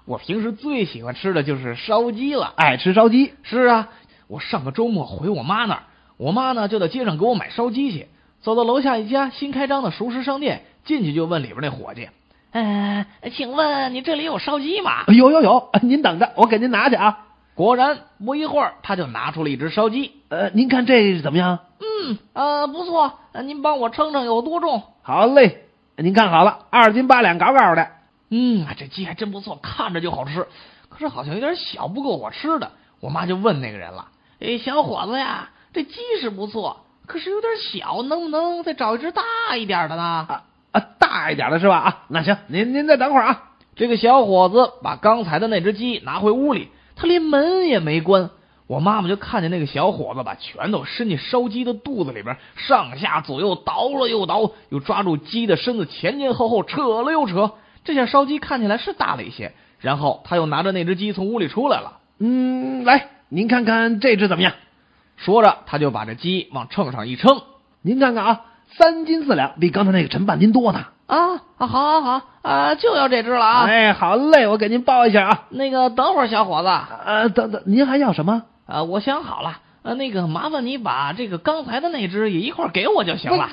我平时最喜欢吃的就是烧鸡了。 爱吃烧鸡？ 是啊，我上个周末回我妈那儿，我妈呢就在街上给我买烧鸡去。走到楼下一家新开张的熟食商店，进去就问里边那伙计：“请问你这里有烧鸡吗？”“ 有，您等着，我给您拿去啊。” 果然，不一会儿他就拿出了一只烧鸡。 您看这怎么样？ 不错。您帮我称称有多重？ 好嘞，您看好了，2斤8两，高高的。 这鸡还真不错，看着就好吃，可是好像有点小，不够我吃的。我妈就问那个人了：“小伙子呀，这鸡是不错，可是有点小，能不能再找一只大一点的呢？” 大一点的是吧？那行，您再等会儿啊。 这个小伙子把刚才的那只鸡拿回屋里，他连门也没关。我妈妈就看见那个小伙子把拳头伸进烧鸡的肚子里边，上下左右倒了又倒，又抓住鸡的身子前前后后扯了又扯。这下烧鸡看起来是大了一些，然后他又拿着那只鸡从屋里出来了。 来，您看看这只怎么样？ 说着，他就把这鸡往秤上一称。 您看看啊，3斤4两，比刚才那个沉半斤多呢。 好，就要这只了啊！ 好嘞，我给您报一下啊。 那个，等会儿，小伙子。 等，您还要什么？ 我想好了。那个，麻烦你把这个刚才的那只也一块给我就行了。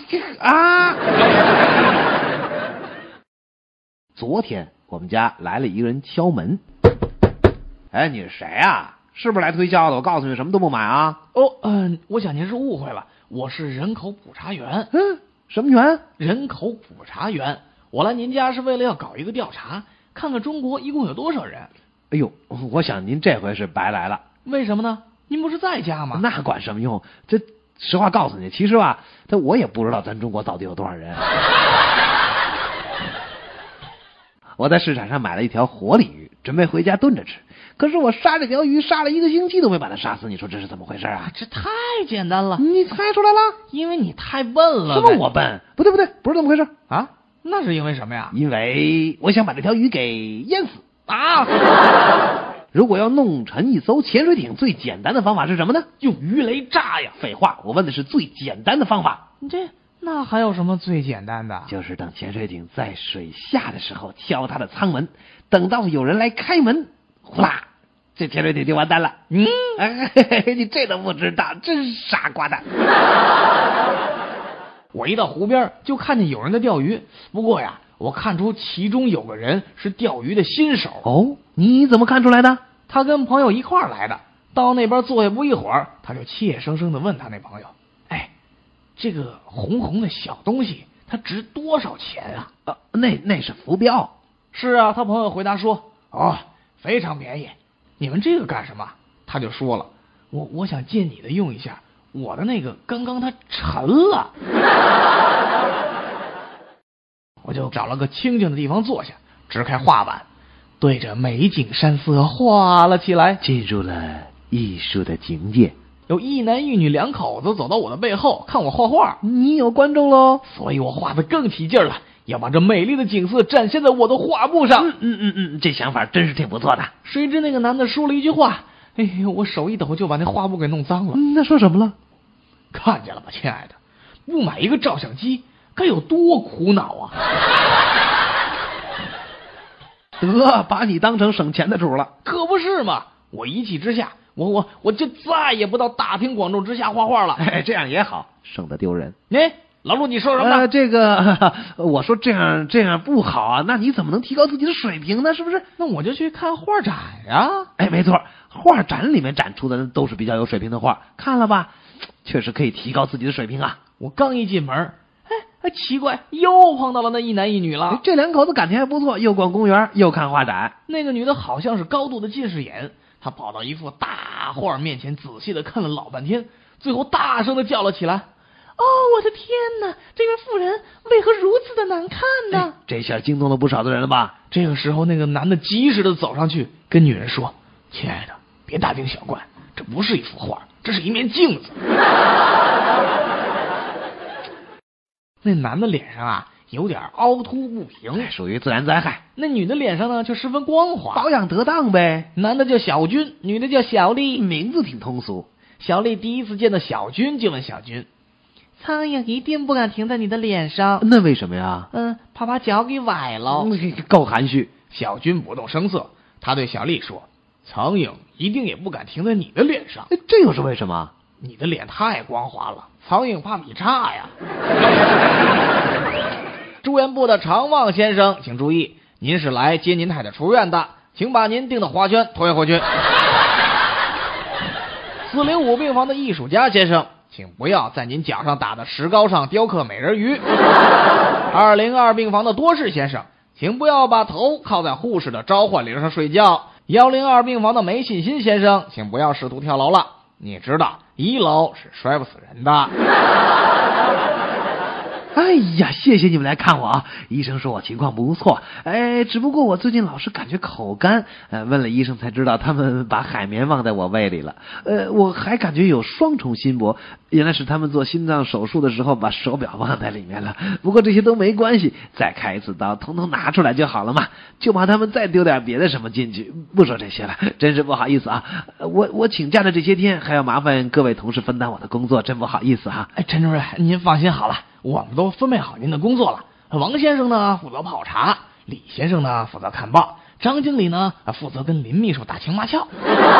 昨天我们家来了一个人敲门。你是谁啊？是不是来推销的？我告诉你，什么都不买啊。 我想您是误会了，我是人口普查员。 什么员？ 人口普查员。我来您家是为了要搞一个调查，看看中国一共有多少人。 我想您这回是白来了。 为什么呢？您不是在家吗？ 那管什么用？这实话告诉你，其实吧，我也不知道咱中国到底有多少人。我在市场上买了一条活鲤鱼，准备回家炖着吃。可是我杀这条鱼杀了1个星期都没把它杀死，你说这是怎么回事啊？ 这太简单了。 你猜出来了？ 因为你太笨了。 什么我笨？不对，不是这么回事啊？那是因为什么呀？ 因为我想把这条鱼给淹死啊！ 如果要弄沉一艘潜水艇，最简单的方法是什么呢？ 用鱼雷炸呀！ 废话，我问的是最简单的方法。 那还有什么最简单的？ 就是等潜水艇在水下的时候敲它的舱门，等到有人来开门，呼啦，这潜水艇就完蛋了。你这都不知道，真是傻瓜蛋。 我一到湖边就看见有人在钓鱼，不过呀，我看出其中有个人是钓鱼的新手。 你怎么看出来的？ 他跟朋友一块儿来的，到那边坐下不一会儿，他就怯生生地问他那朋友：“这个红红的小东西，它值多少钱啊？” 那是浮标。 是啊，他朋友回答说：“非常便宜。你们这个干什么？”他就说了：“我想借你的用一下，我的那个刚刚它沉了。”我就找了个清静的地方坐下，支开画板，对着美景山色画了起来， 进入了艺术的境界。 有一男一女2口子走到我的背后看我画画。 你有观众喽， 所以我画得更起劲了，要把这美丽的景色展现在我的画布上。 这想法真是挺不错的。 谁知那个男的说了一句话，我手一抖就把那画布给弄脏了。 那说什么了？ 看见了吧，亲爱的，不买一个照相机该有多苦恼啊！ 把你当成省钱的主了。 可不是嘛，我一气之下，我就再也不到大庭广众之下画画了。 这样也好，省得丢人。 老陆，你说什么？ 这个我说这样不好啊，那你怎么能提高自己的水平呢？是不是？ 那我就去看画展呀。 没错，画展里面展出的都是比较有水平的画，看了吧，确实可以提高自己的水平啊。 我刚一进门，奇怪，又碰到了那一男一女了。 这2口子感情还不错，又逛公园又看画展。 那个女的好像是高度的近视眼，她跑到一幅大画面前，仔细的看了老半天，最后大声的叫了起来：“我的天哪！这位妇人为何如此的难看呢？” 这下惊动了不少的人了吧？ 这个时候，那个男的及时的走上去，跟女人说：“亲爱的，别大惊小怪，这不是一幅画，这是一面镜子。”那男的脸上有点凹凸不平， 属于自然灾害。 那女的脸上呢却十分光滑， 保养得当呗。 男的叫小军，女的叫小丽， 名字挺通俗。 小丽第一次见到小军就问小军：“苍蝇一定不敢停在你的脸上。”“ 那为什么呀？”“ 怕把脚给崴了。” 够含蓄。 小军不动声色， 他对小丽说：“苍蝇一定也不敢停在你的脸上， 这又是为什么？ 你的脸太光滑了，苍蝇怕比差呀。”住院部的常旺先生，请注意，您是来接您太太出院的，请把您订的花圈退回去。405病房的艺术家先生，请不要在您脚上打的石膏上雕刻美人鱼。202病房的多士先生，请不要把头靠在护士的召唤铃上睡觉。102病房的没信心先生，请不要试图跳楼了，你知道1楼是摔不死人的。 哎呀，谢谢你们来看我啊！医生说我情况不错，只不过我最近老是感觉口干，问了医生才知道他们把海绵忘在我胃里了。我还感觉有双重心搏，原来是他们做心脏手术的时候把手表忘在里面了。不过这些都没关系，再开一次刀，统统拿出来就好了嘛。就怕他们再丢点别的什么进去。不说这些了，真是不好意思啊！我请假的这些天还要麻烦各位同事分担我的工作，真不好意思哈。 陈主任，您放心好了。我们都分配好您的工作了。王先生呢负责泡茶，李先生呢负责看报，张经理呢负责跟林秘书打情骂俏。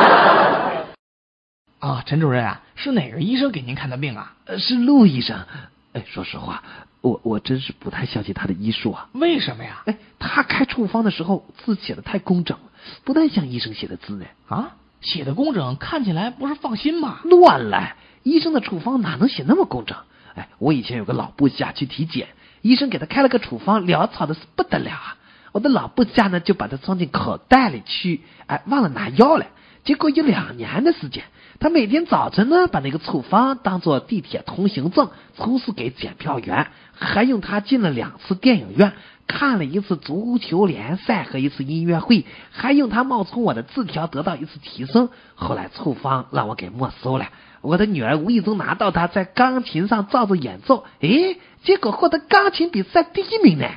啊，陈主任啊，是哪个医生给您看的病啊？ 是陆医生。说实话，我真是不太相信他的医术啊。 为什么呀？ 他开处方的时候字写的太工整了，不太像医生写的字呢。 啊，写的工整，看起来不是放心吗？ 乱来！医生的处方哪能写那么工整？我以前有个老部下去体检，医生给他开了个处方，潦草的是不得了啊！我的老部下呢就把他装进口袋里去，忘了拿药了。结果有2年的时间，他每天早晨呢把那个处方当做地铁通行证出示给检票员，还用它进了2次电影院，看了1次足球联赛和1次音乐会，还用它冒充我的字条得到1次提升。后来处方让我给没收了。我的女儿无意中拿到它，在钢琴上照着演奏，结果获得钢琴比赛第1名呢。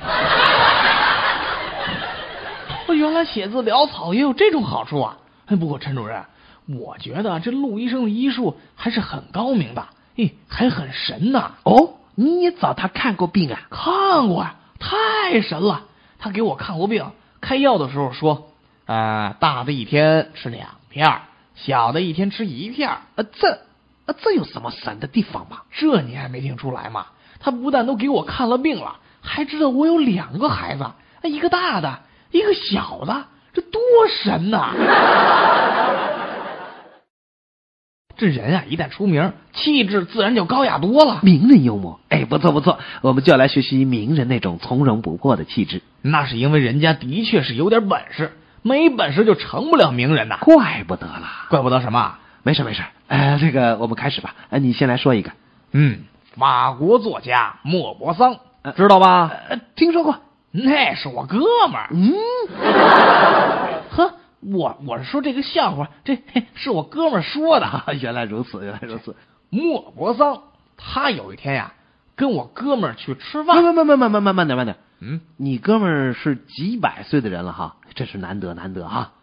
原来写字潦草也有这种好处啊！不过陈主任，我觉得这陆医生的医术还是很高明的，还很神呢。 哦，你也找他看过病啊？ 看过呀，太神了！他给我看过病，开药的时候说，大的一天吃2片，小的一天吃1片。 这有什么神的地方吗？ 这你还没听出来吗？他不但都给我看了病了，还知道我有2个孩子，一个大的，一个小的，这多神呐！这人啊，一旦出名，气质自然就高雅多了。 名人幽默，不错不错，我们就要来学习名人那种从容不迫的气质。 那是因为人家的确是有点本事，没本事就成不了名人呐。 怪不得了。 怪不得什么？ 没事，这个我们开始吧。你先来说一个。 法国作家莫泊桑，知道吧？ 听说过。 那是我哥们儿。呵，我是说这个笑话，这是我哥们儿说的。 原来如此。 莫泊桑他有一天呀，跟我哥们儿去吃饭。 慢点。你哥们儿是几百岁的人了哈，这是难得哈。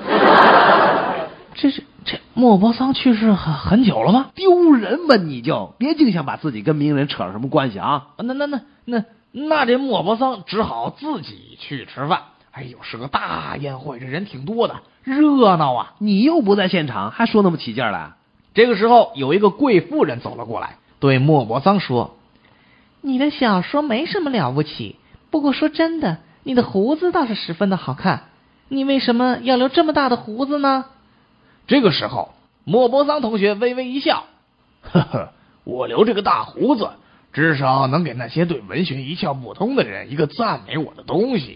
这莫泊桑去世很久了吗？ 丢人吧你就别净想把自己跟名人扯什么关系啊！ 那这莫泊桑只好自己去吃饭。是个大宴会，这人挺多的，热闹啊！ 你又不在现场，还说那么起劲了。 这个时候，有一个贵妇人走了过来，对莫泊桑说：“你的小说没什么了不起，不过说真的，你的胡子倒是十分的好看。你为什么要留这么大的胡子呢？”这个时候，莫泊桑同学微微一笑，呵呵，我留这个大胡子，至少能给那些对文学一窍不通的人一个赞美我的东西。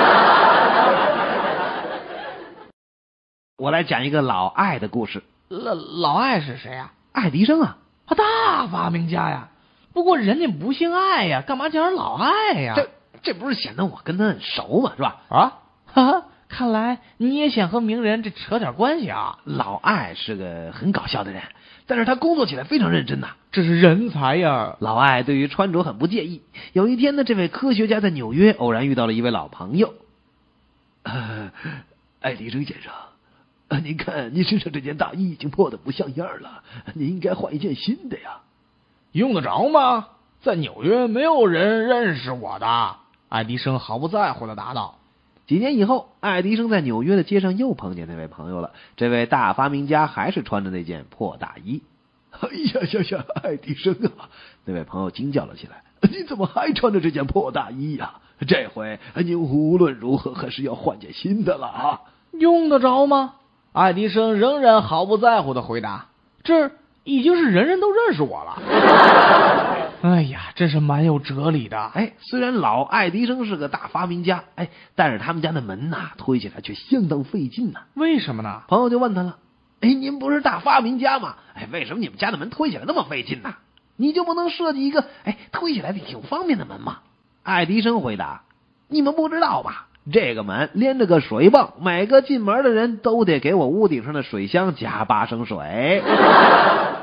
我来讲一个老艾的故事。 老艾是谁呀？ 爱迪生啊， 大发明家呀。不过人家不姓艾呀，干嘛叫人老艾呀？ 这不是显得我跟他很熟嘛，是吧？ 看来你也想和名人这扯点关系啊。 老艾是个很搞笑的人，但是他工作起来非常认真呐， 这是人才呀。 老艾对于穿着很不介意。有一天呢，这位科学家在纽约偶然遇到了一位老朋友。爱迪生先生，您看您身上这件大衣已经破得不像样了，您应该换一件新的呀。 用得着吗？在纽约没有人认识我的。爱迪生毫不在乎地答道。 几年以后，爱迪生在纽约的街上又碰见那位朋友了。这位大发明家还是穿着那件破大衣。哎呀，爱迪生啊！那位朋友惊叫了起来：“你怎么还穿着这件破大衣呀？这回你无论如何还是要换件新的了啊！” 用得着吗？爱迪生仍然毫不在乎的回答：“这已经是人人都认识我了。”哎呀，真是蛮有哲理的。 虽然老爱迪生是个大发明家，但是他们家的门推起来却相当费劲呢。 为什么呢？ 朋友就问他了：“您不是大发明家吗？为什么你们家的门推起来那么费劲呢？你就不能设计一个推起来挺方便的门吗？”爱迪生回答：“你们不知道吧？这个门连着个水泵，每个进门的人都得给我屋顶上的水箱加8升水。”